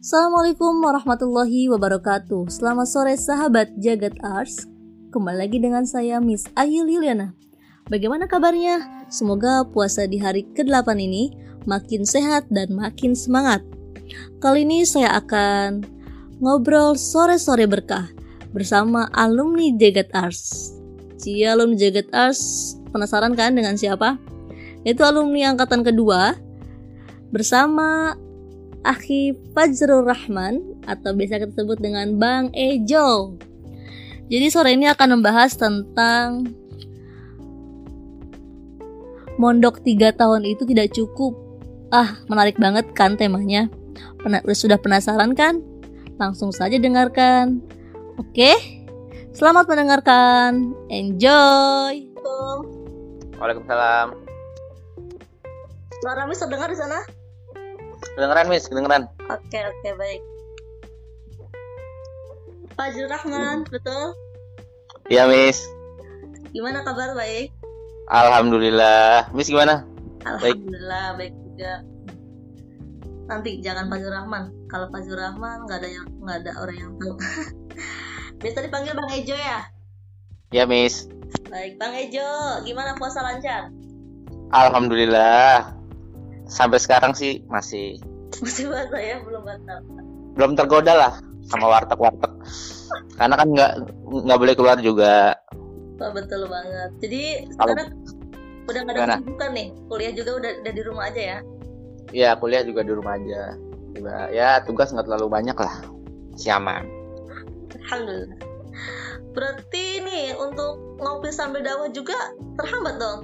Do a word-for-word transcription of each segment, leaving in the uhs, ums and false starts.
Assalamualaikum warahmatullahi wabarakatuh. Selamat sore sahabat Jagat Ars. Kembali lagi dengan saya Miss Ayu Liliana. Bagaimana kabarnya? Semoga puasa di hari kedelapan ini makin sehat dan makin semangat. Kali ini saya akan ngobrol sore-sore berkah bersama alumni Jagat Ars. Cia alumni Jagat Ars, penasaran kan dengan siapa? Itu alumni angkatan kedua bersama Akhi Fajrul Rahman atau biasa kita sebut dengan Bang Ejo. Jadi sore ini akan membahas tentang mondok tiga tahun itu tidak cukup. Ah, menarik banget kan temanya? Pena- sudah penasaran kan? Langsung saja dengarkan. Oke? Selamat mendengarkan. Enjoy. Waalaikumsalam. Suara Miss terdengar di sana? Kedengeran, Miss, kedengeran. Oke, oke, baik. Fajrul Rahman, betul? Iya, Miss. Gimana kabar? Baik? Alhamdulillah. Miss gimana? Alhamdulillah, baik, baik juga. Nanti jangan Fajrul Rahman. Kalau Fajrul Rahman nggak ada yang nggak ada orang yang tahu. Biasa dipanggil Bang Ejo ya? Iya, Miss. Baik, Bang Ejo, gimana puasa lancar? Alhamdulillah. Sampai sekarang sih masih Masih puasa ya, belum batal. belum tergoda lah sama warteg-warteg. Karena kan nggak nggak boleh keluar juga. Oh, betul banget. Jadi Kalau- sekarang udah nggak ada Gimana? kesibukan nih. Kuliah juga udah, udah di rumah aja ya? Ya, kuliah juga di rumah aja. Juga, ya tugas nggak terlalu banyak lah. Siaman. Alhamdulillah. Berarti nih untuk ngopi sambil dakwah juga terhambat dong?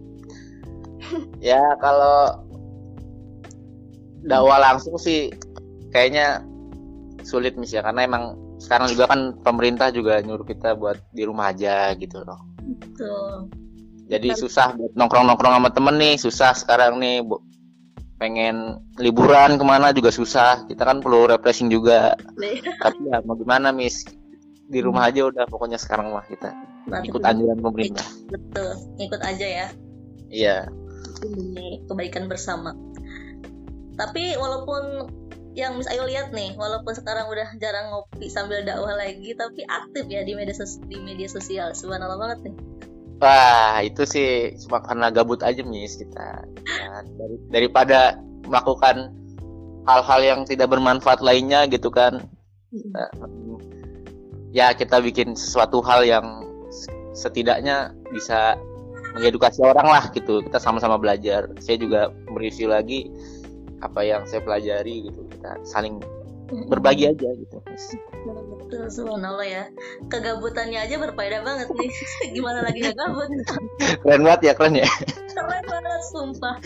Ya kalau dakwah langsung sih kayaknya sulit, Miss, ya, karena emang sekarang juga kan pemerintah juga nyuruh kita buat di rumah aja gitu loh. Betul. Jadi susah buat nongkrong-nongkrong sama temen nih, susah sekarang nih. Bu- pengen liburan kemana juga susah. Kita kan perlu refreshing juga. Tapi ya mau gimana, Miss? Di rumah aja udah pokoknya sekarang mah kita Nanti ikut kita- anjuran pemerintah. Betul, ikut aja ya. Iya. Demi kebaikan bersama. Tapi walaupun yang Miss Ayu lihat nih, walaupun sekarang udah jarang ngopi sambil dakwah lagi, tapi aktif ya di media sos- di media sosial. Subhanallah banget nih. Wah, itu sih cuma karena gabut aja, Miss, kita. Ya, dari, daripada melakukan hal-hal yang tidak bermanfaat lainnya gitu kan. Nah, ya kita bikin sesuatu hal yang setidaknya bisa mengedukasi orang lah gitu. Kita sama-sama belajar. Saya juga mereview lagi apa yang saya pelajari gitu. Kita saling berbagi aja gitu. Betul, subhanallah ya. Kegabutannya aja berfaedah banget nih. Gimana lagi gak gabut? Keren banget ya, keren ya. Keren banget, sumpah.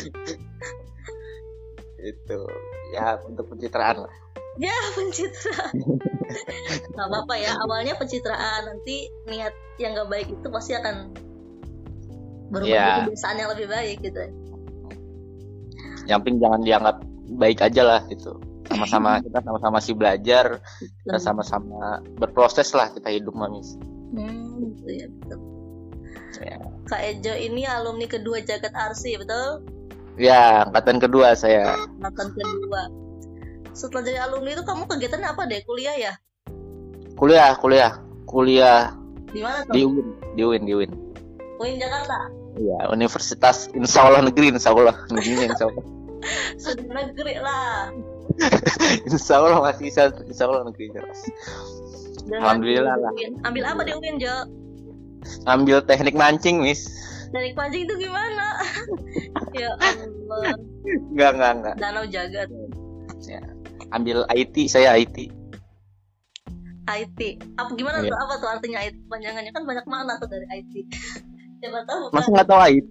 Itu ya untuk pencitraan lah. Ya, pencitraan. Gak apa-apa ya, awalnya pencitraan. Nanti niat yang gak baik itu pasti akan berubah Ya. jadi kebiasaan yang lebih baik gitu. Yang penting jangan dianggap baik aja lah gitu. Sama-sama kita sama-sama sih belajar, kita sama-sama berproses lah kita hidup, Mamis. Hmm, gitu ya, betul. Ya. Kak Ejo ini alumni kedua Jagat Arsi, betul? Ya, angkatan kedua saya. Angkatan kedua. Setelah jadi alumni itu kamu kegiatan apa deh? Kuliah ya? Kuliah, kuliah, kuliah Di mana di tuh? U I N, di U I N, di U I N. U I N Jakarta. Iya, Universitas Insya Allah Negeri, Insya Allah negerinya Insya Allah. Sudah negeri lah. Insya Allah masih bisa, Insya Allah negeri jelas. Dengan Alhamdulillah di lah. U I N. Ambil apa di U I N, Jo? Ambil teknik mancing, Miss. Dari pancing itu gimana? Ya Allah. Enggak, enggak, enggak. Danau Jagat. Ya. Ambil I T, saya I T. I T. Apa gimana Iya. tuh? Apa tuh artinya I T? Panjangannya kan banyak makna tuh dari I T. Siapa tahu Masa kan? nggak tahu I T?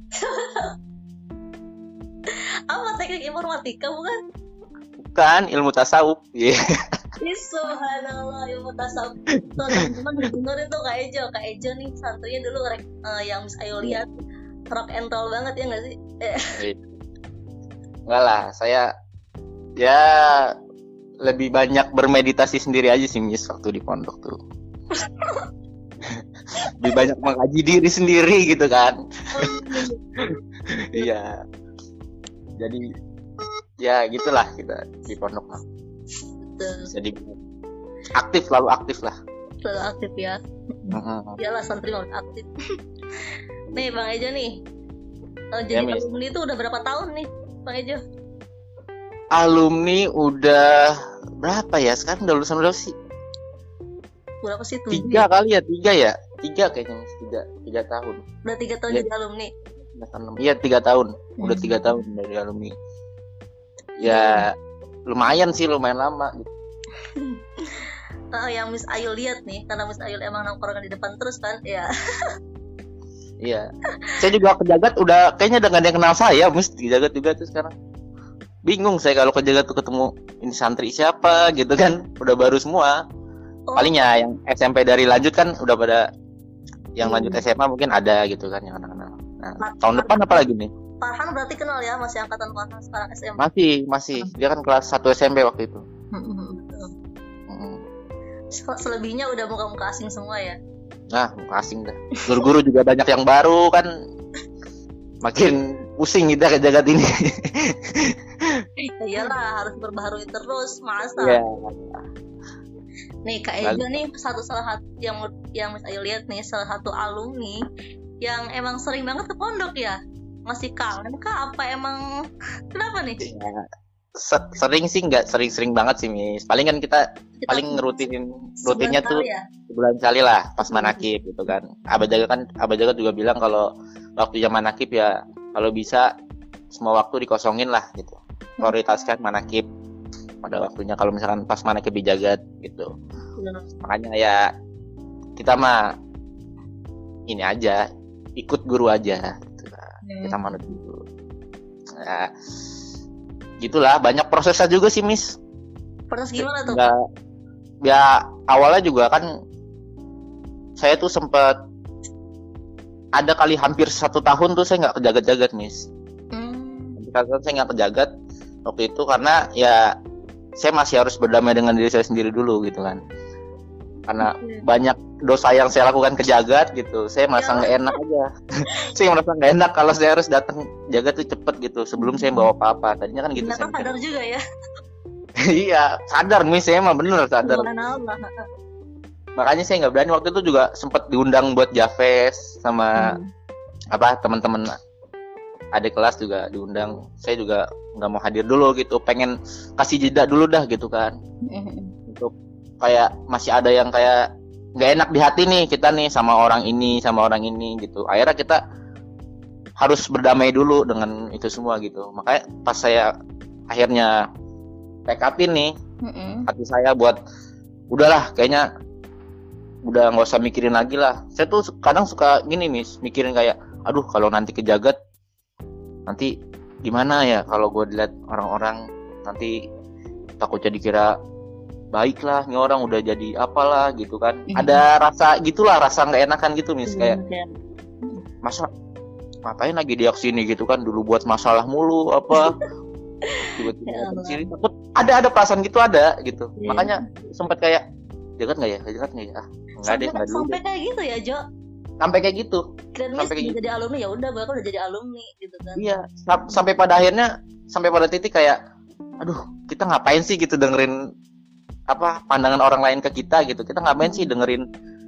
Apa teknik informatika bukan? Bukan, ilmu tasawuf. Iya. Ih, subhanallah, ilmu tasawuf. Tuh teman-teman dengerin tuh Kak Ejo. Kak Ejo nih santrinya dulu rek, eh, yang Miss Ayu lihat rock and roll banget ya nggak sih? Eh, Enggak lah, saya ya lebih banyak bermeditasi sendiri aja sih, Miss, waktu di pondok tuh. Lebih banyak mengkaji diri sendiri gitu kan. Iya. Jadi ya gitulah kita di pondok mah. Betul. Jadi aktif, selalu aktif lah. Selalu aktif ya. Mm-hmm. Iyalah santri harus aktif. Nih Bang Ejo nih, uh, jadi Ya, alumni itu udah berapa tahun nih Bang Ejo? Alumni udah berapa ya? Sekarang udah lulusan berapa sih? Berapa sih? Tujuh Tiga ya? kali ya, tiga ya, tiga kayaknya tiga, tiga tahun. Udah tiga tahun Ya. jadi alumni. Iya tiga tahun, udah Hmm. tiga tahun dari alumni. Ya lumayan sih, lumayan lama. Gitu. Uh, yang Miss Ayul lihat nih, karena Miss Ayul emang nongkrong di depan terus kan, ya. Iya. Saya juga ke Jagat udah kayaknya udah nggak ada yang kenal saya, Mus, di Jagat juga tuh sekarang. Bingung saya kalau ke Jagat tuh ketemu ini santri siapa gitu kan, udah baru semua. Oh. Palingnya yang S M P dari lanjut kan udah pada, yang Hmm. lanjut S M A mungkin ada gitu kan yang kenal. Nah, Nah, tahun depan apa lagi nih? Farhan berarti kenal ya, masih angkatan Farhan sekarang S M A. Masih, masih. Dia kan kelas satu S M P waktu itu. Hmm, betul. Mm. Sel- Selebihnya udah muka-muka asing semua ya. Nah, asing dah. Guru-guru juga banyak yang baru kan. Makin pusing kita ke Jagat ini. Ya iyalah, harus berbaharui terus, masa. Iya. Nih Kak Ejo nih satu salah satu yang yang Miss Ayu lihat nih, salah satu alumni yang emang sering banget ke pondok ya. Masih kangen kah apa emang kenapa nih? Ya, se- sering sih nggak sering-sering banget sih, Miss. Paling kan kita Kita paling ngerutinin sebulan rutinnya tuh sekali ya? sebulan sekali lah pas Hmm. manakib gitu kan. Abah Jaga kan Abah Jaga juga bilang kalau waktu zaman manakib ya kalau bisa semua waktu dikosongin lah gitu. Prioritaskan manakib pada waktunya kalau misalkan pas manakib di Jagat gitu. Bener. Makanya ya kita mah ini aja, ikut guru aja gitu. Hmm. Kita manut guru. Ya, gitulah, banyak prosesnya juga sih, Miss. Proses gimana tuh? Nggak, ya awalnya juga kan saya tuh sempat ada kali hampir satu tahun tuh saya nggak ke Jagat-Jagat, Miss. Hmm. Karena saya nggak ke Jagat waktu itu karena ya saya masih harus berdamai dengan diri saya sendiri dulu gitu kan. Karena Hmm. banyak dosa yang saya lakukan ke Jagat gitu, saya merasa nggak enak aja. Saya merasa nggak enak kalau saya harus datang Jagat tuh cepet gitu sebelum saya bawa apa-apa. Tadinya kan gitu. Ternyata saya sadar juga ya. Iya, sadar, Miss, saya mah bener sadar. Subhanallah. Makanya saya nggak berani waktu itu juga sempat diundang buat Javest sama Hmm. apa teman-teman adik kelas juga diundang. Saya juga nggak mau hadir dulu gitu, pengen kasih jeda dulu dah gitu kan. Hmm. Untuk kayak masih ada yang kayak nggak enak di hati nih kita nih sama orang ini sama orang ini gitu. Akhirnya kita harus berdamai dulu dengan itu semua gitu. Makanya pas saya akhirnya tekadin nih Hmm. hati saya buat udahlah kayaknya udah nggak usah mikirin lagi lah. Saya tuh kadang suka gini, Miss, mikirin kayak aduh kalau nanti ke Jagat nanti gimana ya kalau gue dilihat orang-orang, nanti takut jadi kira baik lah nih orang udah jadi apalah gitu kan. Mhm. Ada rasa gitulah, rasa nggak enakan gitu, Miss, kayak Hmm. masa ngapain lagi dia kesini gitu kan, dulu buat masalah mulu apa tiba-tiba Ya datang Allah. sini takut, ada ada perasaan gitu ada gitu. Iya. Makanya sempat kayak Jagat nggak ya Jagat nggak ya ah, nggak deh Sampai, nggak dulu sampai deh. kayak gitu ya Jo. Sampai kayak gitu. Keren Miss Sampai kayak gitu. jadi alumni ya udah, bakal udah jadi alumni gitu kan. Iya, sam- sampai pada akhirnya sampai pada titik kayak aduh kita ngapain sih gitu dengerin apa pandangan orang lain ke kita gitu. Kita ngapain sih dengerin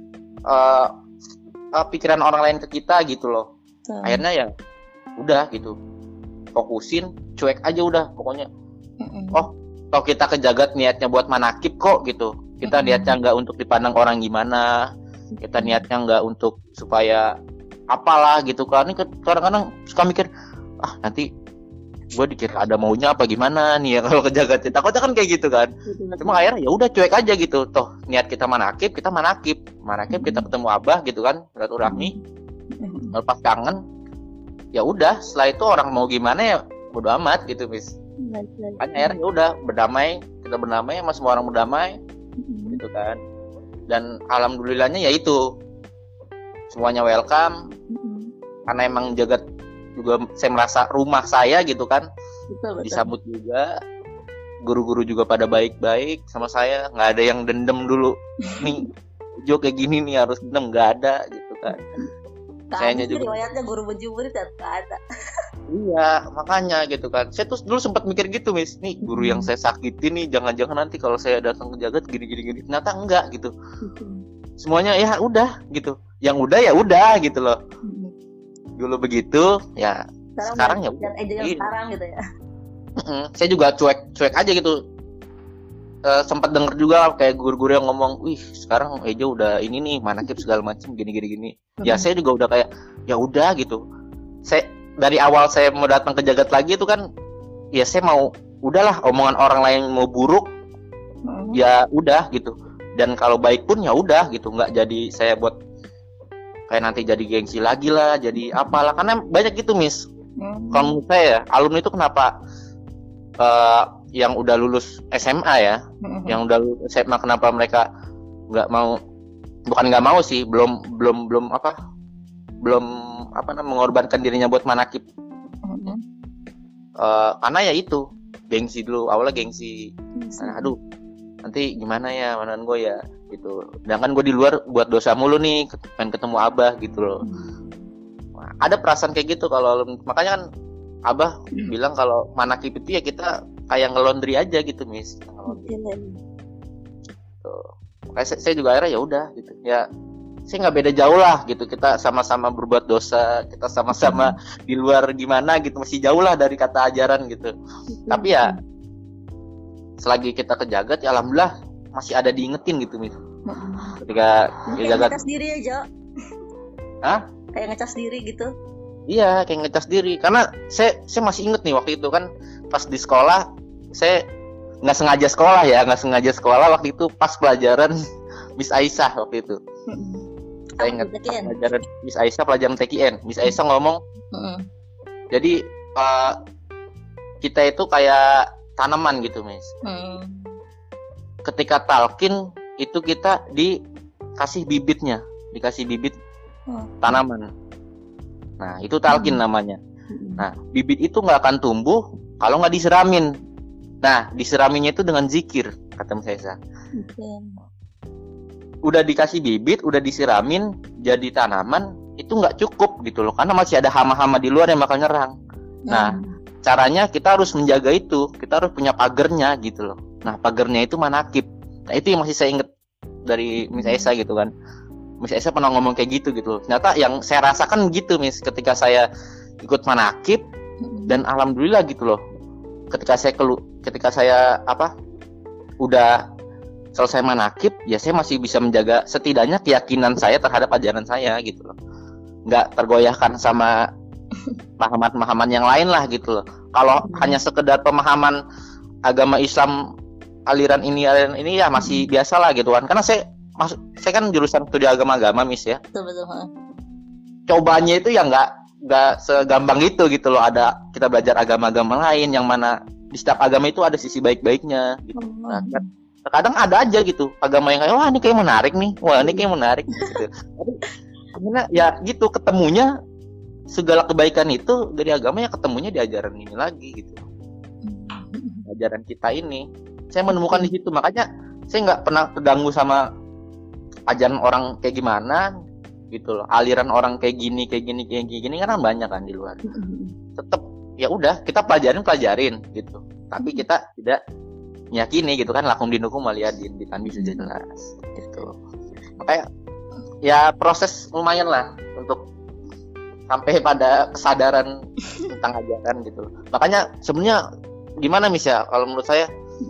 uh, uh, pikiran orang lain ke kita gitu loh. So. Akhirnya ya udah gitu, fokusin, cuek aja udah pokoknya. Mm-mm. Oh, kalau kita ke Jagat niatnya buat manakib kok gitu. Kita Mm-mm. niatnya nggak untuk dipandang orang gimana. Kita niatnya nggak untuk supaya apalah gitu kan. Ini kadang-kadang suka mikir, ah nanti gue dikira ada maunya apa gimana nih ya kalau ke Jagat. Takutnya kan kayak gitu kan. Betul-betul. Cuma akhirnya ya udah cuek aja gitu. Toh niat kita manakib, kita manakib. Manakib kita ketemu Abah gitu kan, silaturahmi, Mm-mm. lepas kangen. Ya udah, setelah itu orang mau gimana ya bodo amat gitu, Miss. Baik-baik. Kan akhirnya ya udah berdamai, kita berdamai sama semua orang berdamai Mm-mm. gitu kan. Dan alhamdulillahnya ya itu semuanya welcome Mm-mm. karena emang Jagat juga saya merasa rumah saya gitu kan. Betul, betul. Disambut juga, guru-guru juga pada baik-baik sama saya, nggak ada yang dendam dulu nih Jo kayak gini nih harus dendam, nggak ada gitu kan. Tak Sayangnya ada sih juga. riwayatnya guru berjubur itu nggak ada. Iya, makanya gitu kan. Saya tuh dulu sempat mikir gitu, Miss. Nih guru yang saya sakiti nih, jangan-jangan nanti kalau saya datang ke jagat gini-gini gini. Ternyata enggak gitu. Semuanya ya udah gitu. Yang udah ya udah gitu loh. Dulu begitu, ya sekarang, sekarang ya udah. Iya. Sekarang gitu ya. Saya juga cuek-cuek aja gitu. Uh, sempat denger juga kayak guru-guru yang ngomong, wih sekarang Ejo udah ini nih manakib segala macam gini-gini gini. Mm-hmm. Ya saya juga udah kayak ya udah gitu. Saya dari awal saya mau datang ke jagat lagi itu kan, ya saya mau udahlah omongan orang lain mau buruk, mm-hmm. ya udah gitu. Dan kalau baik pun ya udah gitu, nggak jadi saya buat kayak nanti jadi gengsi lagi lah, jadi apalah karena banyak gitu Miss. Mm-hmm. Kalau menurut saya alumni itu kenapa uh, yang udah lulus S M A ya, mm-hmm. yang udah lulus S M A kenapa mereka nggak mau, bukan nggak mau sih, belum belum belum apa, belum apa namanya mengorbankan dirinya buat manakib, mm-hmm. uh, karena ya itu gengsi dulu, awalnya gengsi, nah, aduh nanti gimana ya manan gue ya gitu, sedangkan gue di luar buat dosa mulu nih, pengen ketemu abah gitu loh, mm-hmm. nah, ada perasaan kayak gitu kalau, makanya kan abah mm-hmm. bilang kalau manakib itu ya kita kayak ngelondri aja gitu Miss. Ngelondri. Tuh. Kayak saya, saya juga akhirnya ya udah gitu. Ya saya nggak beda jauh lah gitu. Kita sama-sama berbuat dosa, kita sama-sama hmm. di luar gimana gitu, masih jauh lah dari kata ajaran gitu. Hmm. Tapi ya selagi kita ke jagat ya alhamdulillah masih ada diingetin gitu Miss. Hmm. Ketika ya, jagat ngecas diri aja. Hah? Kayak ngecas diri gitu. Iya, kayak ngecas diri. Karena saya saya masih inget nih waktu itu kan pas di sekolah, saya nggak sengaja sekolah ya, nggak sengaja sekolah waktu itu pas pelajaran Miss Aisyah waktu itu. Hmm. Saya ingat pelajaran Miss Aisyah, pelajaran T K N. Miss Aisyah hmm. ngomong, hmm. jadi uh, kita itu kayak tanaman gitu, Miss. Hmm. Ketika talqin itu kita dikasih bibitnya, dikasih bibit hmm. tanaman. Nah itu talqin hmm. namanya. Nah bibit itu nggak akan tumbuh kalau nggak disiramin. Nah disiraminnya itu dengan zikir, kata Miss Aisyah. Okay. Udah dikasih bibit, udah disiramin jadi tanaman, itu nggak cukup gitu loh, karena masih ada hama-hama di luar yang bakal nyerang. Hmm. Nah caranya kita harus menjaga itu, kita harus punya pagernya gitu loh. Nah pagernya itu manakib. Nah itu yang masih saya inget dari Miss Aisyah gitu kan. Miss Aisyah pernah ngomong kayak gitu gitu loh. Ternyata yang saya rasakan gitu Miss, ketika saya ikut manakib dan alhamdulillah gitu loh. Ketika saya kelu, ketika saya apa udah selesai manakib, ya saya masih bisa menjaga setidaknya keyakinan saya terhadap ajaran saya gitu loh. Nggak tergoyahkan sama pemahaman-pemahaman yang lain lah gitu loh. Kalau hmm. hanya sekedar pemahaman agama Islam aliran ini aliran ini ya masih hmm. biasa lah gitu kan. Karena saya masuk, saya kan jurusan studi agama-agama Miss ya. Betul betul. Cobanya itu ya nggak nggak segampang itu gitu loh. Ada kita belajar agama-agama lain yang mana di setiap agama itu ada sisi baik-baiknya gitu. Hmm. Nah, kan, terkadang ada aja gitu agama yang kayak wah ini kayak menarik nih, wah ini kayak menarik gitu. Tapi karena ya gitu ketemunya segala kebaikan itu dari agama ya ketemunya di ajaran ini lagi gitu. Ajaran kita ini saya menemukan di situ, makanya saya nggak pernah terganggu sama ajaran orang kayak gimana gitu loh, aliran orang kayak gini kayak gini kayak gini kan banyak kan di luar. Tetap ya udah kita pelajarin pelajarin gitu, tapi kita tidak meyakini gitu kan, lakum dinukum waliyadin, di tanbi sudah jelas gitu. Makanya ya proses lumayan lah untuk sampai pada kesadaran tentang ajaran gitu. Makanya sebenarnya gimana Miss ya, kalau menurut saya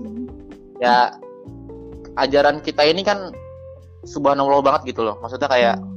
ya ajaran kita ini kan subhanallah banget gitu loh. Maksudnya kayak hmm.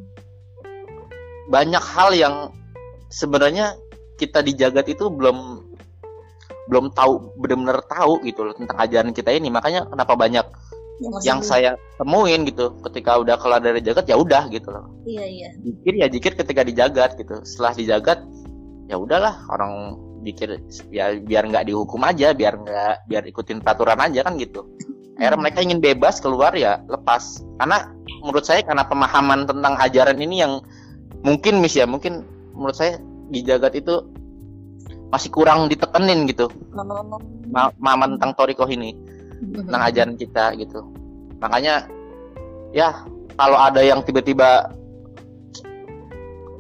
banyak hal yang sebenarnya kita di jagat itu belum belum tahu, benar-benar tahu gitu loh tentang ajaran kita ini. Makanya kenapa banyak ya, yang saya temuin gitu ketika udah keluar dari jagat ya udah gitu loh. Iya iya. Zikir ya zikir ketika di jagat gitu. Setelah di jagat ya udahlah orang zikir ya biar nggak dihukum aja, biar nggak biar ikutin peraturan aja kan gitu. Akhirnya mereka ingin bebas keluar ya lepas. Karena menurut saya karena pemahaman tentang ajaran ini yang mungkin Miss ya, mungkin menurut saya di jagat itu masih kurang ditekenin gitu. Pemahaman tentang Thariqah ini, tentang ajaran kita gitu. Makanya ya kalau ada yang tiba-tiba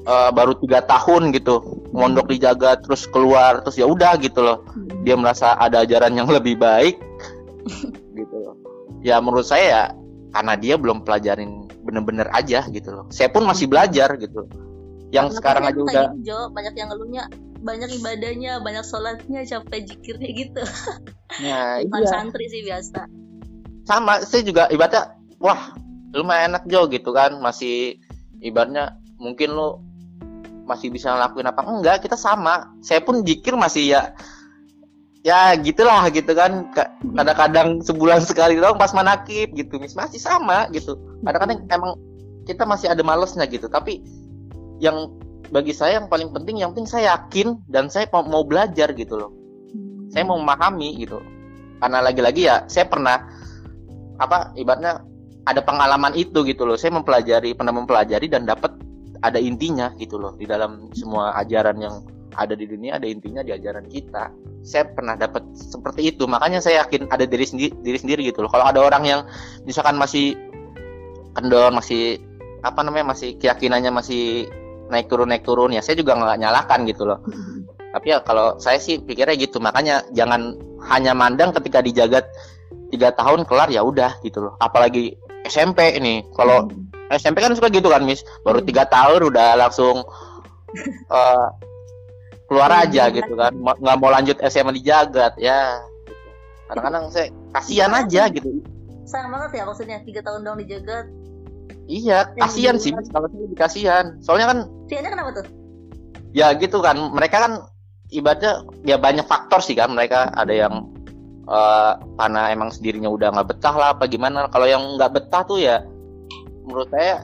uh, baru tiga tahun gitu mondok di Jagat, terus keluar terus ya udah gitu loh, dia merasa ada ajaran yang lebih baik gitu loh. Ya menurut saya ya karena dia belum pelajarin bener-bener aja gitu loh. Saya pun masih belajar gitu. Yang Karena sekarang kan aja kayak udah gitu, Jo, banyak yang ngeluhnya, banyak ibadahnya, banyak sholatnya, capek zikirnya gitu. ya Bukan iya. santri sih biasa. Sama saya juga ibaratnya wah lumayan enak Jo gitu kan, masih ibaratnya mungkin lo masih bisa ngelakuin apa enggak, kita sama. Saya pun zikir masih ya ya gitulah gitu kan, kadang-kadang sebulan sekali doang pas manakib gitu, masih sama gitu. Kadang-kadang emang kita masih ada malesnya gitu, tapi yang bagi saya yang paling penting, yang penting saya yakin dan saya mau belajar gitu loh. Saya mau memahami gitu. Karena lagi-lagi ya saya pernah apa ibaratnya ada pengalaman itu gitu loh. Saya mempelajari, pernah mempelajari dan dapat ada intinya gitu loh. Di dalam semua ajaran yang ada di dunia ada intinya di ajaran kita. Saya pernah dapat seperti itu. Makanya saya yakin ada diri sendiri, diri sendiri gitu loh. Kalau ada orang yang misalkan masih kendor, masih apa namanya, masih keyakinannya masih naik turun naik turun, ya saya juga nggak nyalakan gitu loh. Tapi ya kalau saya sih pikirnya gitu. Makanya jangan hanya mandang ketika di Jagat tiga tahun kelar ya udah gitu loh. Apalagi S M P ini. Kalau hmm. S M P kan suka gitu kan, Miss. Baru tiga tahun udah langsung uh, keluar aja gitu kan. Nggak mau lanjut S M A di Jagat ya. Kadang-kadang saya kasihan aja gitu. Sayang banget ya maksudnya tiga tahun dong di Jagat. Iya, kasihan sih, Miss. Kalau saya lebih kasihan. Soalnya kan Kasihannya kenapa tuh? Ya gitu kan. Mereka kan ibaratnya ya banyak faktor sih kan. Mereka ada yang Uh, karena emang sendirinya udah nggak betah lah apa gimana. Kalau yang nggak betah tuh ya menurut saya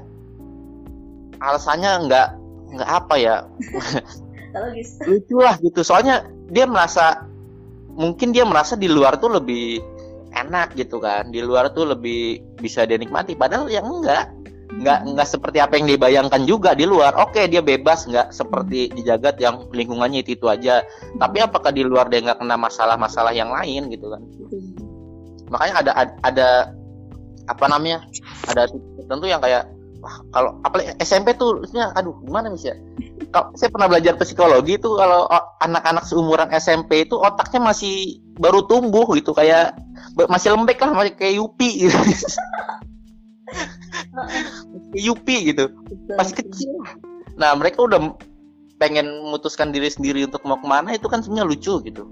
alasannya nggak nggak apa ya lucu lah gitu. Soalnya dia merasa mungkin dia merasa di luar tuh lebih enak gitu kan, di luar tuh lebih bisa dia nikmati, padahal ya enggak nggak nggak seperti apa yang dibayangkan juga di luar. Oke, dia bebas, nggak seperti di Jagat yang lingkungannya itu itu aja. Tapi apakah di luar dia nggak kena masalah-masalah yang lain gitu kan? Makanya ada ada, ada apa namanya, ada tentu yang kayak wah, kalau apalagi S M P tuh, aduh gimana Miss ya? Kalau saya pernah belajar psikologi itu, kalau anak-anak seumuran S M P itu otaknya masih baru tumbuh gitu, kayak masih lembek lah, masih kayak Yupi gitu. Yupi gitu, masih kecil. Nah mereka udah pengen memutuskan diri sendiri untuk mau kemana, itu kan sebenarnya lucu gitu.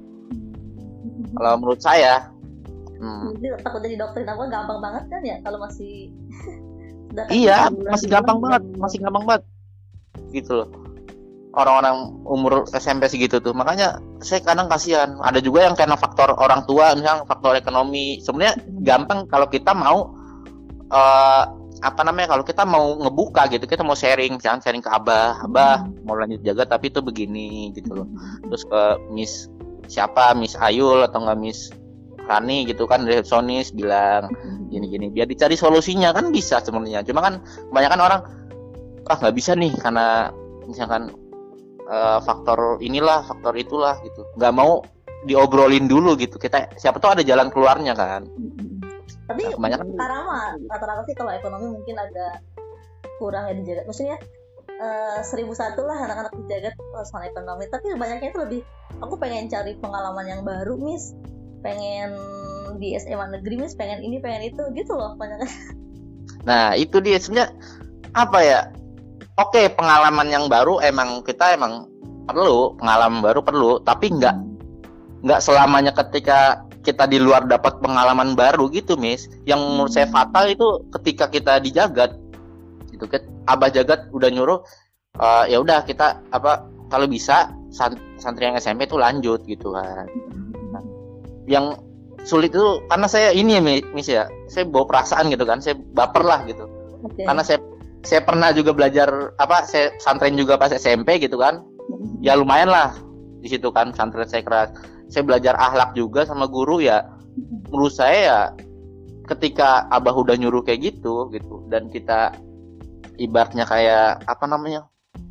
Kalau menurut saya, hmm. Jadi takut jadi dokter apa gampang banget kan ya kalau masih. Iya, masih gampang banget, masih gampang banget gitu loh. Orang-orang umur S M P segitu tuh, makanya saya kadang kasihan. Ada juga yang karena faktor orang tua, misalnya faktor ekonomi. Sebenarnya gampang kalau kita mau. Uh, apa namanya, kalau kita mau ngebuka gitu, kita mau sharing, jangan sharing ke abah, abah hmm. mau lanjut Jagat tapi itu begini gitu loh. Terus ke Miss siapa, Miss Ayul atau nggak Miss Rani gitu kan, resepsionis bilang gini-gini, biar dicari solusinya kan bisa sebenarnya. Cuma kan kebanyakan orang ah nggak bisa nih karena misalkan uh, faktor inilah, faktor itulah gitu, nggak mau diobrolin dulu gitu. Kita siapa tahu ada jalan keluarnya kan. Tapi nah, kebanyakan sekarang mah rata-rata sih kalau ekonomi mungkin agak kurang ya di Jagat. Maksudnya uh, seribu satu lah anak-anak di Jagat soal ekonomi. Tapi banyaknya itu lebih, aku pengen cari pengalaman yang baru, Miss. Pengen di S M A negeri, Miss. Pengen ini, pengen itu gitu loh banyaknya. Nah itu dia sebenarnya apa ya? Oke, pengalaman yang baru emang kita emang perlu, pengalaman baru perlu. Tapi nggak nggak selamanya ketika kita di luar dapat pengalaman baru gitu, Miss. Yang menurut saya fatal itu ketika kita di Jagat gitu kan, abah Jagat udah nyuruh uh, ya udah kita apa kalau bisa sant- santri yang S M P itu lanjut gitu kan. Nah, yang sulit itu karena saya ini ya Miss ya, saya bawa perasaan gitu kan, saya baper lah gitu. Okay. Karena saya saya pernah juga belajar apa, saya santren juga pas S M P gitu kan. Ya lumayan lah di situ kan, santren saya keras. Saya belajar akhlak juga sama guru ya. Menurut saya ya ketika abah udah nyuruh kayak gitu gitu dan kita ibaratnya kayak apa namanya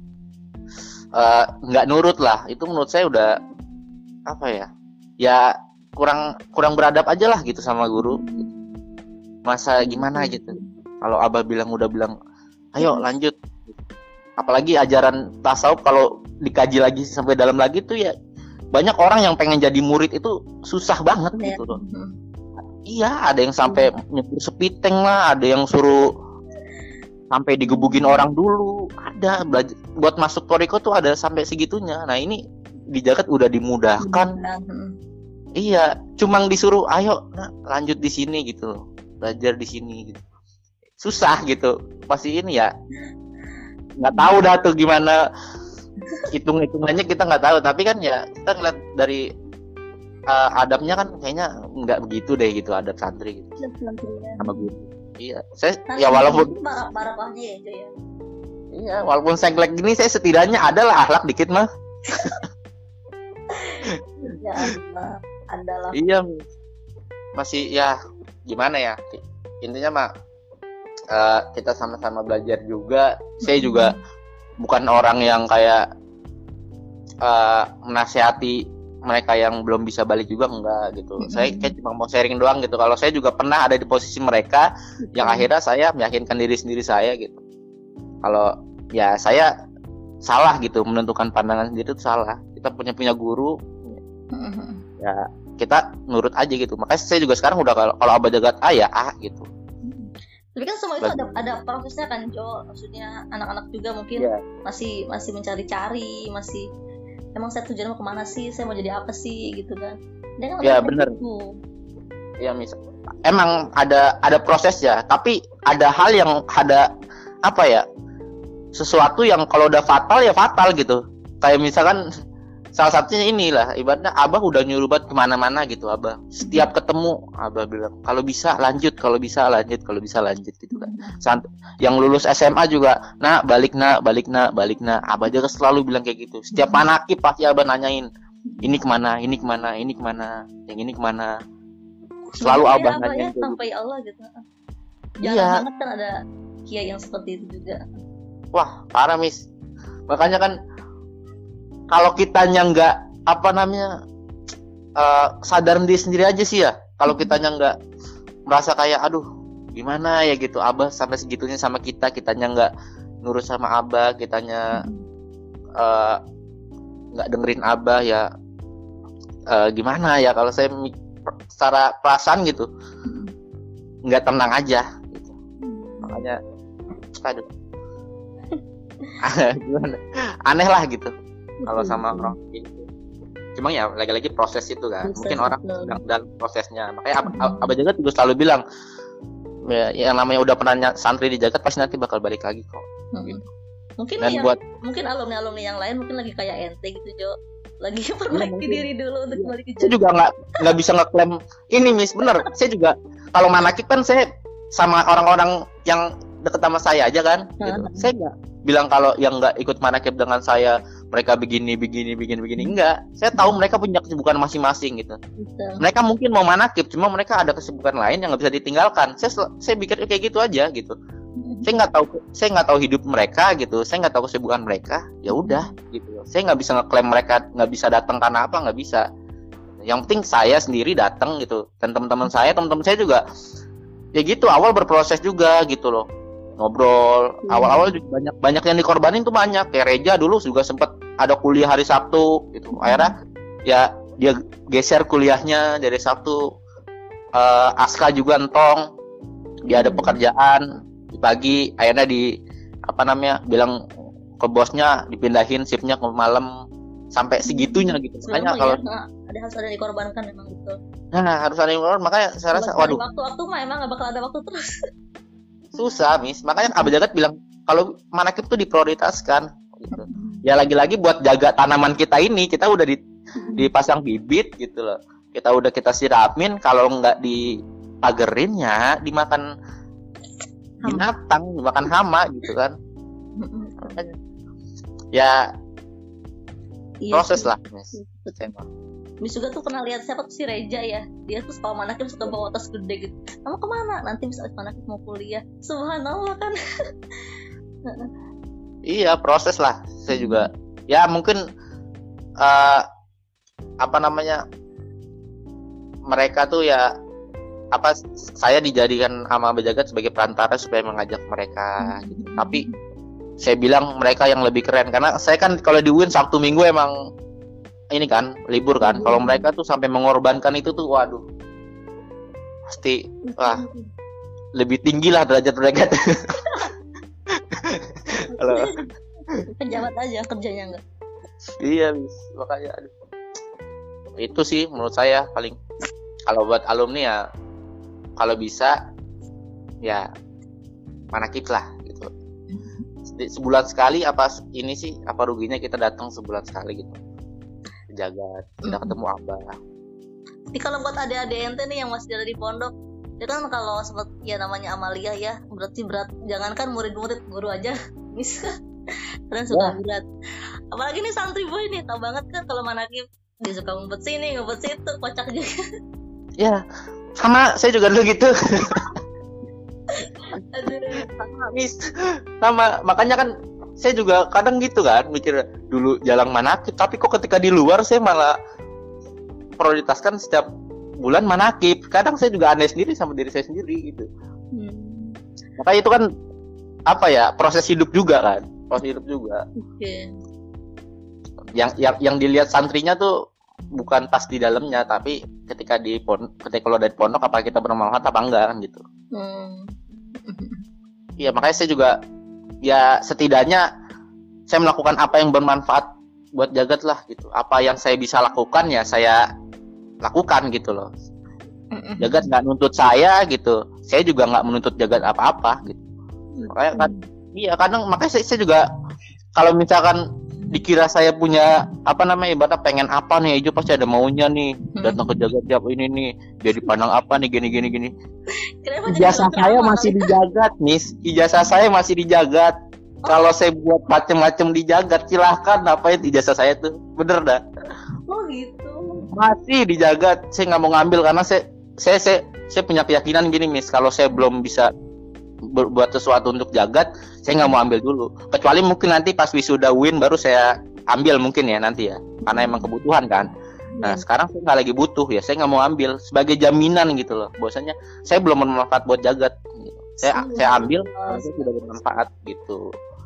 nggak uh, nurut lah, itu menurut saya udah apa ya ya kurang kurang beradab aja lah gitu sama guru. Masa gimana gitu kalau abah bilang udah bilang ayo lanjut, apalagi ajaran tasawuf kalau dikaji lagi sampai dalam lagi tuh ya banyak orang yang pengen jadi murid itu susah banget ya. Gitu loh. Hmm. Iya, ada yang sampai nyebur sepiteng lah, ada yang suruh sampai digebukin orang dulu, ada belajar buat masuk toriko tuh ada sampai segitunya. Nah ini di Jagat udah dimudahkan. Hmm. Iya, cuma disuruh ayo nah, lanjut di sini gitu, belajar di sini gitu. Susah gitu, pasti ini ya nggak tahu dah tuh gimana hitung-hitungannya kita nggak tahu, tapi kan ya kita ngeliat dari uh, adabnya kan kayaknya nggak begitu deh gitu adab santri gitu sama guru. Iya, saya santri ya walaupun barokahnya ya itu ya. Iya, walaupun sengklek gini saya setidaknya adalah akhlak dikit mah. Ya Allah, adalah. Iya, masih ya gimana ya intinya mah. Uh, kita sama-sama belajar juga. Saya juga bukan orang yang kayak uh, menasihati mereka yang belum bisa balik juga, enggak gitu. Mm-hmm. Saya kayak cuma mau sharing doang gitu. Kalau saya juga pernah ada di posisi mereka, mm-hmm. yang akhirnya saya meyakinkan diri sendiri saya gitu. Kalau ya saya salah gitu, menentukan pandangan sendiri itu salah. Kita punya punya guru, mm-hmm. ya kita nurut aja gitu. Makanya saya juga sekarang udah kalau kalau Abah Jagat A ya A gitu. Tapi kan semua itu ada ada prosesnya kan Jo, maksudnya anak-anak juga mungkin yeah. masih masih mencari-cari, masih emang saya tujuannya mau kemana sih, saya mau jadi apa sih gitu kan. Dia kan ya benar. Ya misal emang ada ada proses ya, tapi ada hal yang ada apa ya, sesuatu yang kalau udah fatal ya fatal gitu. Kayak misalkan salah satunya inilah, ibaratnya Abah udah nyuruh banget kemana-mana gitu Abah. Setiap ketemu Abah bilang kalau bisa lanjut, kalau bisa lanjut, kalau bisa lanjut gitu kan. Sant- yang lulus S M A juga, nak balik nak, balik nak, balik nak. Abah juga selalu bilang kayak gitu. Setiap manakib pasti Abah nanyain, ini kemana, ini kemana, ini kemana, yang ini kemana. Selalu Abah nanyain. Sampai Allah gitu. Jarang iya. banget kan ada kiai yang seperti itu juga. Wah parah mis. Makanya kan kalau kitanya nggak apa namanya uh, sadar diri sendiri aja sih ya. Kalau kitanya nggak merasa kayak aduh gimana ya gitu Abah sampai segitunya sama kita, kitanya nggak nurut sama Abah, kitanya nggak uh, dengerin Abah ya uh, gimana ya kalau saya secara perasaan gitu nggak tenang aja gitu. Makanya aduh gimana aneh lah gitu kalau sama orang gitu. Cuma ya lagi-lagi proses itu kan. Proses. Mungkin orang sedang dalam prosesnya. Makanya Ab- Ab- Abah Jagat juga selalu bilang ya, yang namanya udah pernah santri di Jagat pasti nanti bakal balik lagi kok. Hmm. Gitu. Mungkin yang, buat mungkin alumni-alumni yang lain mungkin lagi kayak ente gitu Jo. Lagi perbaiki ya, diri dulu untuk ya. Balik ke Jagat. Saya juga nggak nggak bisa ngeklaim ini Miss bener. Saya juga kalau manakib kan saya sama orang-orang yang deket sama saya aja kan. Gitu. Hmm. Saya nggak bilang kalau yang nggak ikut manakib dengan saya mereka begini begini begini begini enggak. Saya tahu mereka punya kesibukan masing-masing gitu. Betul. Mereka mungkin mau manakib cuma mereka ada kesibukan lain yang nggak bisa ditinggalkan. Saya saya pikir kayak gitu aja gitu. Mm-hmm. Saya nggak tahu saya nggak tahu hidup mereka gitu. Saya nggak tahu kesibukan mereka. Ya udah gitu. Saya nggak bisa ngeklaim mereka nggak bisa datang karena apa, nggak bisa. Yang penting saya sendiri datang gitu. Dan teman-teman saya teman-teman saya juga ya gitu awal berproses juga gitu loh. Ngobrol, hmm. awal-awal juga banyak banyak yang dikorbanin tuh banyak. Kayak Reja dulu juga sempat ada kuliah hari Sabtu gitu. Akhirnya ya dia geser kuliahnya dari Sabtu. Uh, Aska juga entong. Dia ada pekerjaan di pagi, akhirnya di apa namanya? Bilang ke bosnya dipindahin shiftnya ke malam sampai segitunya gitu. Makanya kalau ya, ada harus ada yang dikorbankan memang gitu. Nah, harus ada yang dikorbankan. Makanya saya rasa waduh. Waktu-waktu mah emang enggak bakal ada waktu terus. Susah Miss, makanya Abah Jagat bilang kalau manakib tuh diprioritaskan gitu. Ya lagi-lagi buat jaga tanaman kita ini kita udah di, dipasang bibit gitu loh, kita udah kita siramin, kalau nggak dipagerin ya dimakan binatang, dimakan hama gitu kan. Ya proses lah Miss. Miss juga tuh pernah lihat siapa tuh si Reja ya, dia tuh kalau manakib suka bawa tas gede gitu. Kamu kemana? Nanti Miss manakib mau kuliah. Subhanallah kan. Iya proses lah. Saya juga ya mungkin uh, apa namanya mereka tuh ya apa saya dijadikan sama Abah Jagat sebagai perantara supaya mengajak mereka gitu. Tapi saya bilang mereka yang lebih keren, karena saya kan kalau di U I N Sabtu Minggu emang ini kan libur kan. Kalau mereka tuh sampai mengorbankan itu tuh, waduh, pasti wah lebih tinggi lah derajat mereka. Kalau pejabat aja kerjanya enggak. Iya, bis. Makanya aduh. Itu sih menurut saya paling, kalau buat alumni ya kalau bisa ya manakib lah gitu. Sebulan sekali apa ini sih, apa ruginya kita datang sebulan sekali gitu. Jaga, kita ketemu abah. Jadi kalau buat adik-adik ente nih yang masih ada di pondok, ya kan kalau sempat ya namanya Amalia ya, berarti berat. Jangankan murid-murid, guru aja bisa. Kalian suka ya. Berat. Apalagi nih santri boy nih, tau banget kan kalau manakib dia suka ngumpet sini, ngumpet situ, kocak juga. Ya, sama saya juga dulu gitu. Aduh, sama mis, sama makanya kan saya juga kadang gitu kan mikir dulu jalan manakib, tapi kok ketika di luar saya malah prioritaskan setiap bulan manakib. Kadang saya juga aneh sendiri sama diri saya sendiri gitu. Hmm. Makanya itu kan apa ya, proses hidup juga kan, proses hidup juga. Oke. Okay. Yang yang yang dilihat santrinya tuh bukan pas di dalamnya, tapi ketika di pondok, ketika keluar dari pondok apa kita bermanfaat apa enggak kan gitu. Hmm. Iya, makanya saya juga ya setidaknya saya melakukan apa yang bermanfaat buat jagat lah gitu. Apa yang saya bisa lakukan ya saya lakukan gitu loh. Jagat nggak nuntut saya gitu, saya juga nggak menuntut jagat apa-apa gitu. Makanya kan, iya kadang makanya saya, saya juga kalau misalkan dikira saya punya apa namanya ibarat pengen apa nih, Ijo pasti ada maunya nih datang ke jagat tiap ini nih, dia dipandang apa nih gini gini gini. Ijazah saya masih di jagat, Miss. Ijazah saya masih di jagat. Oh. Kalau saya buat macem-macem di jagat, silahkan apain ijazah saya tuh, bener dah. Oh gitu. Masih di jagat, saya nggak mau ngambil karena saya saya saya, saya punya keyakinan gini, Miss. Kalau saya belum bisa berbuat sesuatu untuk jagat, saya nggak mau ambil dulu. Kecuali mungkin nanti pas wisuda U I N baru saya ambil mungkin ya nanti ya, karena emang kebutuhan kan. Nah hmm. sekarang saya nggak lagi butuh ya, saya nggak mau ambil sebagai jaminan gitu loh. Bahwasanya saya belum bermanfaat buat jagat. Gitu. Saya hmm. saya ambil, saya sudah bermanfaat gitu.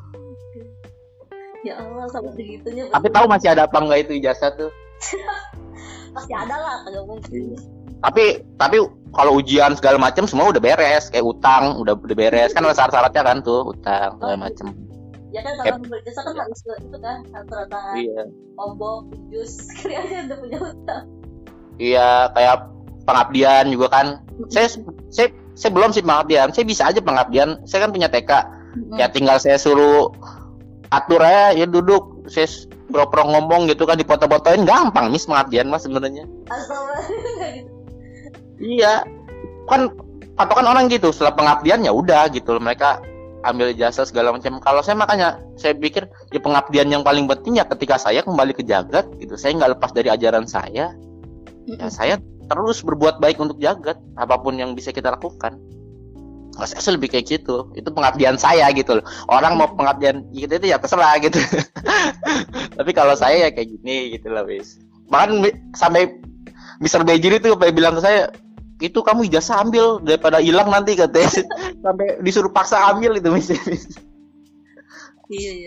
Ya Allah sampai segitunya. Tapi tahu masih ada apa nggak itu ijazah tuh? Pasti ada lah, kagak mungkin. Tapi tapi kalau ujian segala macam semua udah beres, kayak utang udah udah beres kan, syarat-syaratnya kan tuh utang segala macam. Ya kan kalau berjasa kan harus itu kan rata-rata iya. Ombok, jus, sekali aja udah punya utang. Iya, kayak pengabdian juga kan. Mm-hmm. Saya saya saya belum sih pengabdian, saya bisa aja pengabdian. Saya kan punya T K. Mm-hmm. Ya tinggal saya suruh atur aja, ya duduk, saya pro-pro ngomong gitu kan, dipoto-potoin gampang Miss pengabdian Mas sebenarnya. Astagfirullah. Iya, kan patokan orang gitu, setelah pengabdian ya udah gitu loh, mereka ambil ijazah segala macam. Kalau saya makanya saya pikir ya pengabdian yang paling penting ya ketika saya kembali ke jagat gitu, saya nggak lepas dari ajaran saya. Ya saya terus berbuat baik untuk jagat, apapun yang bisa kita lakukan. Nah, saya lebih kayak gitu, itu pengabdian saya gitu loh. Orang mau pengabdian gitu itu ya terserah gitu. Tapi kalau saya ya kayak gini gitu loh, wis. Bahkan sampai mister Bejiri itu kayak bilang ke saya, itu kamu ijazah ambil daripada hilang nanti katanya. Sampai disuruh paksa ambil itu Miss. Iya iya.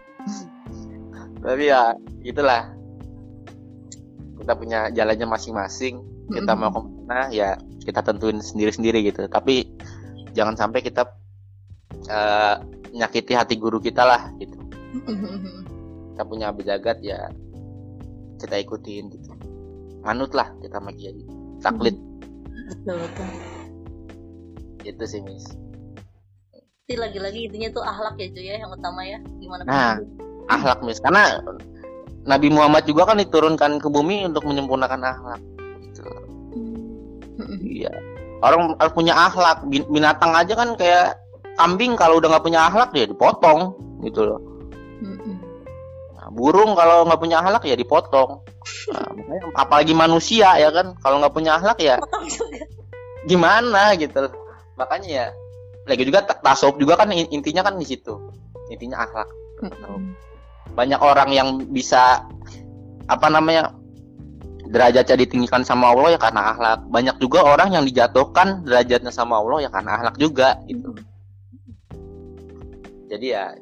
Tapi ya itulah, kita punya jalannya masing-masing. Kita mm-hmm. mau kemana ya kita tentuin sendiri-sendiri gitu. Tapi jangan sampai kita uh, menyakiti hati guru kita lah gitu. Mm-hmm. Kita punya berjagat ya kita ikutin gitu. Manut lah kita sama kiai, taklid. Betul betul. Itu sih Miss. Tapi lagi-lagi intinya tuh akhlak ya cuy ya yang utama ya. Gimana? Nah, akhlak Miss, karena Nabi Muhammad juga kan diturunkan ke bumi untuk menyempurnakan akhlak. Gitu. Mm-hmm. Iya. Orang harus punya akhlak. Binatang aja kan kayak kambing kalau udah nggak punya akhlak ya dipotong gitu loh. Mm-hmm. Nah, burung kalau nggak punya akhlak ya dipotong. Nah, makanya, apalagi manusia ya kan, kalau nggak punya akhlak ya gimana gitu. Makanya ya lagi juga tasawuf juga kan intinya kan di situ, intinya akhlak. Banyak orang yang bisa apa namanya derajatnya ditinggikan sama Allah ya karena akhlak. Banyak juga orang yang dijatuhkan derajatnya sama Allah ya karena akhlak juga gitu. Jadi ya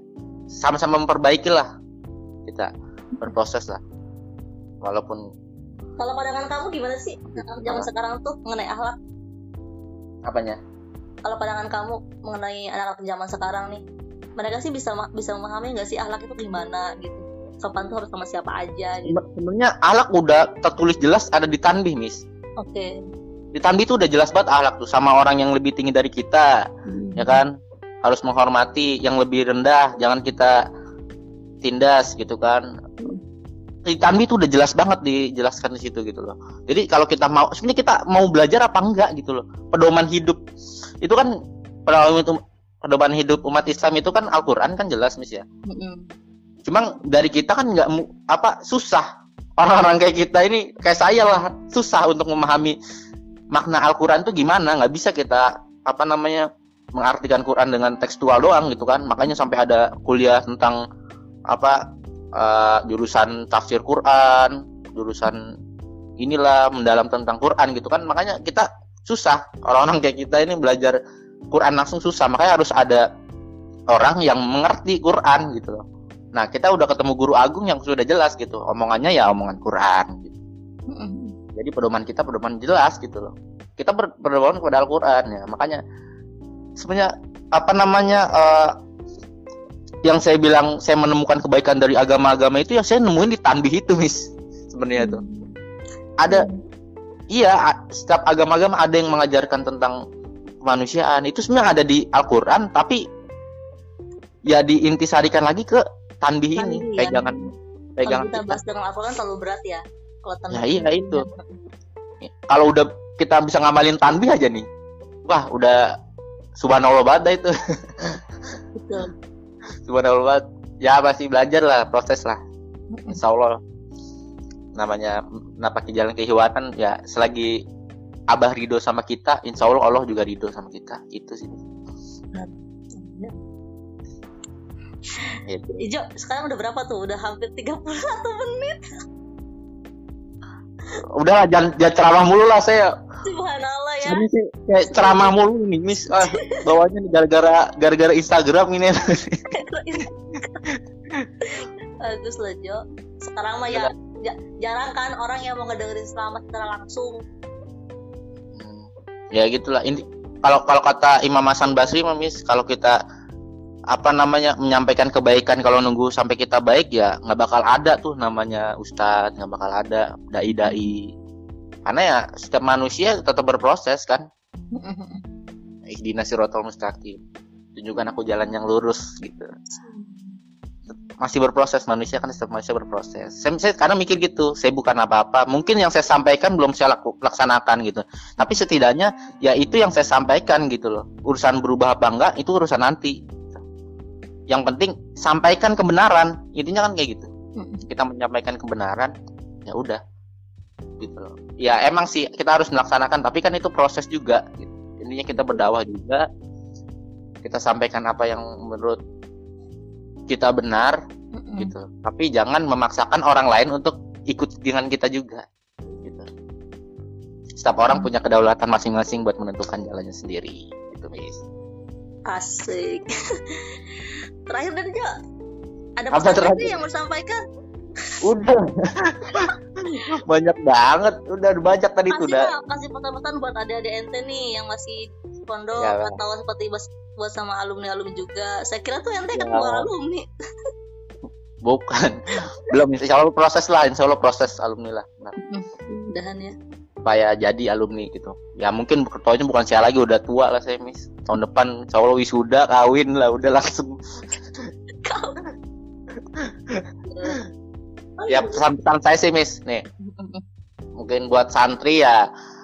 sama-sama memperbaiki lah, kita berproses lah, walaupun. Kalau pandangan kamu gimana sih anak zaman sekarang tuh mengenai akhlak? Apanya? Kalau pandangan kamu mengenai anak-anak zaman sekarang nih, mereka sih bisa bisa memahami nggak sih akhlak itu gimana gitu? Sopan tuh harus sama siapa aja gitu. Sebenarnya akhlak udah tertulis jelas ada di tanbih, Miss. Oke. Okay. Di tanbih tuh udah jelas banget akhlak tuh, sama orang yang lebih tinggi dari kita, hmm. ya kan? Harus menghormati yang lebih rendah, jangan kita tindas gitu kan. Di tanbih itu udah jelas banget dijelaskan di situ gitu loh. Jadi kalau kita mau, sebenarnya kita mau belajar apa enggak gitu loh. Pedoman hidup itu kan, pedoman itu pedoman hidup umat Islam itu kan Al-Qur'an kan jelas, Miss ya. Mm-hmm. Cuma dari kita kan nggak apa susah, orang-orang kayak kita ini kayak saya lah susah untuk memahami makna Al-Qur'an itu gimana. Nggak bisa kita apa namanya mengartikan Quran dengan tekstual doang gitu kan. Makanya sampai ada kuliah tentang apa Uh, jurusan tafsir Quran, jurusan inilah mendalam tentang Quran gitu kan. Makanya kita susah, orang-orang kayak kita ini belajar Quran langsung susah. Makanya harus ada orang yang mengerti Quran gitu loh. Nah kita udah ketemu guru agung yang sudah jelas gitu, omongannya ya omongan Quran gitu. Mm-hmm. Jadi pedoman kita pedoman jelas gitu loh. Kita ber- berpedoman kepada Al-Quran ya. Makanya sebenarnya apa namanya uh, yang saya bilang saya menemukan kebaikan dari agama-agama itu yang saya nemuin di tanbih itu, Miss. Sebenarnya tuh ada iya setiap agama-agama ada yang mengajarkan tentang kemanusiaan itu sebenarnya ada di Al-Qur'an, tapi ya diintisarikan lagi ke tanbih ini. Tanbih, pegangan ya. pegangan kita, kita bahas dengan Al-Qur'an terlalu berat ya. Kalau tanbih ya iya itu. Kalau udah kita bisa ngamalin tanbih aja nih, wah udah subhanallah banget itu. Betul. Subhanallah, ya masih belajar lah, proses lah. Insya Allah namanya napaki jalan kehidupan ya, selagi Abah ridho sama kita, insya Allah Allah juga ridho sama kita. Itu sih. Itu. Ijo, sekarang udah berapa tuh? Udah hampir tiga puluh satu menit. Udah jangan, jangan ceramah mulu lah saya. Subhanallah ya. Ini sih kayak ceramah mulu nih, Miss. Ah, bawahnya nih gara-gara gara-gara Instagram ini. Bagus loh, Jo. Sekarang mah ya, ya jarang kan orang yang mau ngedengerin selamat secara langsung. Hmm. Ya gitulah. Ini kalau kalau kata Imam Hasan Basri, Miss, kalau kita apa namanya menyampaikan kebaikan kalau nunggu sampai kita baik ya nggak bakal ada tuh namanya ustadz, nggak bakal ada dai-dai. Karena ya setiap manusia tetap berproses kan. Ihdinas siratal mustaqim, tunjukkan aku jalan yang lurus gitu. Masih berproses, manusia kan setiap manusia berproses. Saya, saya karena mikir gitu, saya bukan apa-apa. Mungkin yang saya sampaikan belum saya laku, laksanakan gitu. Tapi setidaknya ya itu yang saya sampaikan gitu loh. Urusan berubah apa enggak itu urusan nanti. Yang penting sampaikan kebenaran. Intinya kan kayak gitu. Kita menyampaikan kebenaran, ya udah. Gitu loh. Ya emang sih kita harus melaksanakan, tapi kan itu proses juga gitu. Intinya kita berdakwah juga, kita sampaikan apa yang menurut kita benar, mm-hmm. gitu. Tapi jangan memaksakan orang lain untuk ikut dengan kita juga gitu. Setiap orang punya kedaulatan masing-masing buat menentukan jalannya sendiri gitu, Miss. Asik. Terakhir dari Jo, ada apa pesan lagi yang mau sampaikan? Udah banyak banget, udah banyak tadi tuh udah. Kasih pesan-pesan buat adik-adik ente nih yang masih pondok ya, atau seperti buat sama alumni-alumni juga. Saya kira tuh ente ya, kan bukan alumni. Bukan, belum. Insya Allah proses lah, Insya Allah proses alumni lah. Mudahan ya. Supaya jadi alumni gitu. Ya mungkin ketuanya bukan saya lagi, udah tua lah saya, Miss. Tahun depan Insya Allah wisuda, kawin lah, udah langsung. Ya pesan-pesan saya sih, Miss, nih mungkin buat santri ya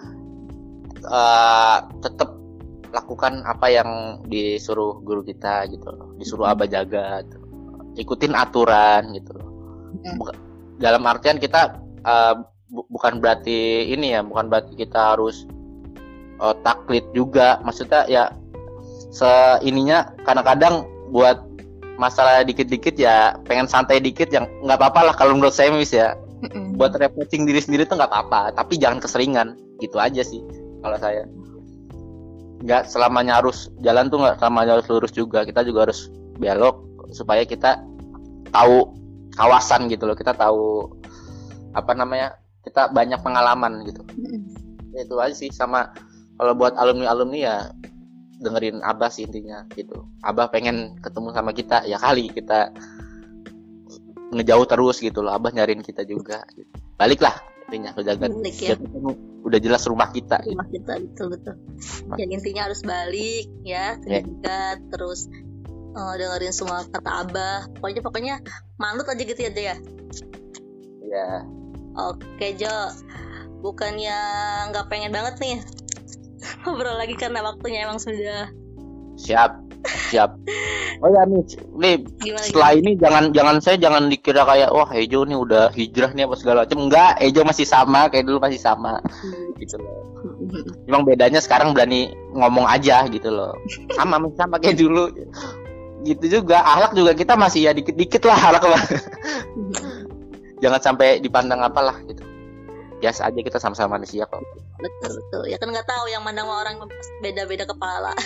uh, tetap lakukan apa yang disuruh guru kita gitu loh, disuruh abah jaga gitu. Ikutin aturan gitu loh. Buk- dalam artian kita uh, bu- bukan berarti ini ya, bukan berarti kita harus uh, taklid juga, maksudnya ya seininya kadang-kadang buat masalah dikit-dikit ya pengen santai dikit yang nggak apa-apa lah kalau menurut saya, Miss ya. Mm-mm. Buat refreshing diri sendiri tuh nggak apa-apa, tapi jangan keseringan gitu aja sih kalau saya. Nggak selamanya harus jalan tuh, nggak selamanya harus lurus juga, kita juga harus belok, supaya kita tahu kawasan gitu loh, kita tahu apa namanya, kita banyak pengalaman gitu. Ya, itu aja sih. Sama kalau buat alumni-alumni ya dengerin Abah sih intinya gitu. Abah pengen ketemu sama kita, ya kali kita ngejauh terus gitu loh. Abah nyariin kita juga gitu. Baliklah intinya, jaga Balik ya. udah jelas rumah kita Rumah gitu. kita betul betul. Ya intinya harus balik ya, Ya. dekat terus eh, dengerin semua kata Abah. Pokoknya pokoknya manut aja gitu ya Jo ya. Ya. Oke Jo, bukannya nggak pengen banget nih ngobrol lagi karena waktunya emang sudah. Siap, siap. Oh ya nih, nih Gimana, setelah ini jangan jangan saya jangan dikira kayak wah Ejo nih udah hijrah nih apa segala macam. Enggak, Ejo masih sama kayak dulu, masih sama gitu loh. Emang bedanya sekarang berani ngomong aja gitu loh. Sama masih sama kayak dulu. Gitu juga, akhlak juga kita masih ya dikit-dikit lah akhlak lah. Jangan sampai dipandang apalah gitu. Biasa aja, kita sama-sama manusia kok. Betul betul. Ya kan nggak tahu yang mana orang beda-beda kepala.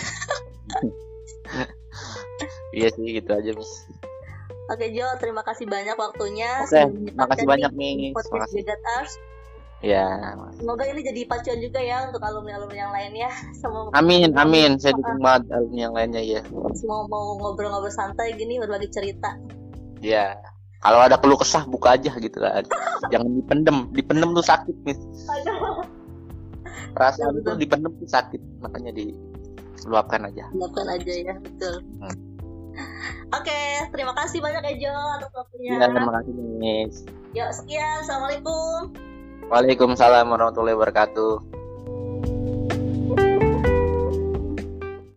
Iya sih, gitu aja Miss. Oke Jo, terima kasih banyak waktunya. Oke, makasih banyak nih. Podcast Makasih. Jagat Ars. Ya. Semoga ini jadi pacuan juga ya untuk alumni-alumni yang lainnya. Semua Amin, amin. Saya dukung banget alumni yang lainnya ya. semua mau ngobrol-ngobrol santai gini, berbagi cerita. Ya. Kalau ada keluh kesah buka aja gitu kan. Jangan dipendem, dipendem tuh sakit nih. Perasaan itu dipendem tuh sakit, makanya diluapkan aja. Lakukan aja ya, betul. Hmm. Oke, terima kasih banyak ya Jo atas waktunya. Ya, terima kasih Miss. Yuk, sekian. Assalamualaikum. Waalaikumsalam warahmatullahi wabarakatuh.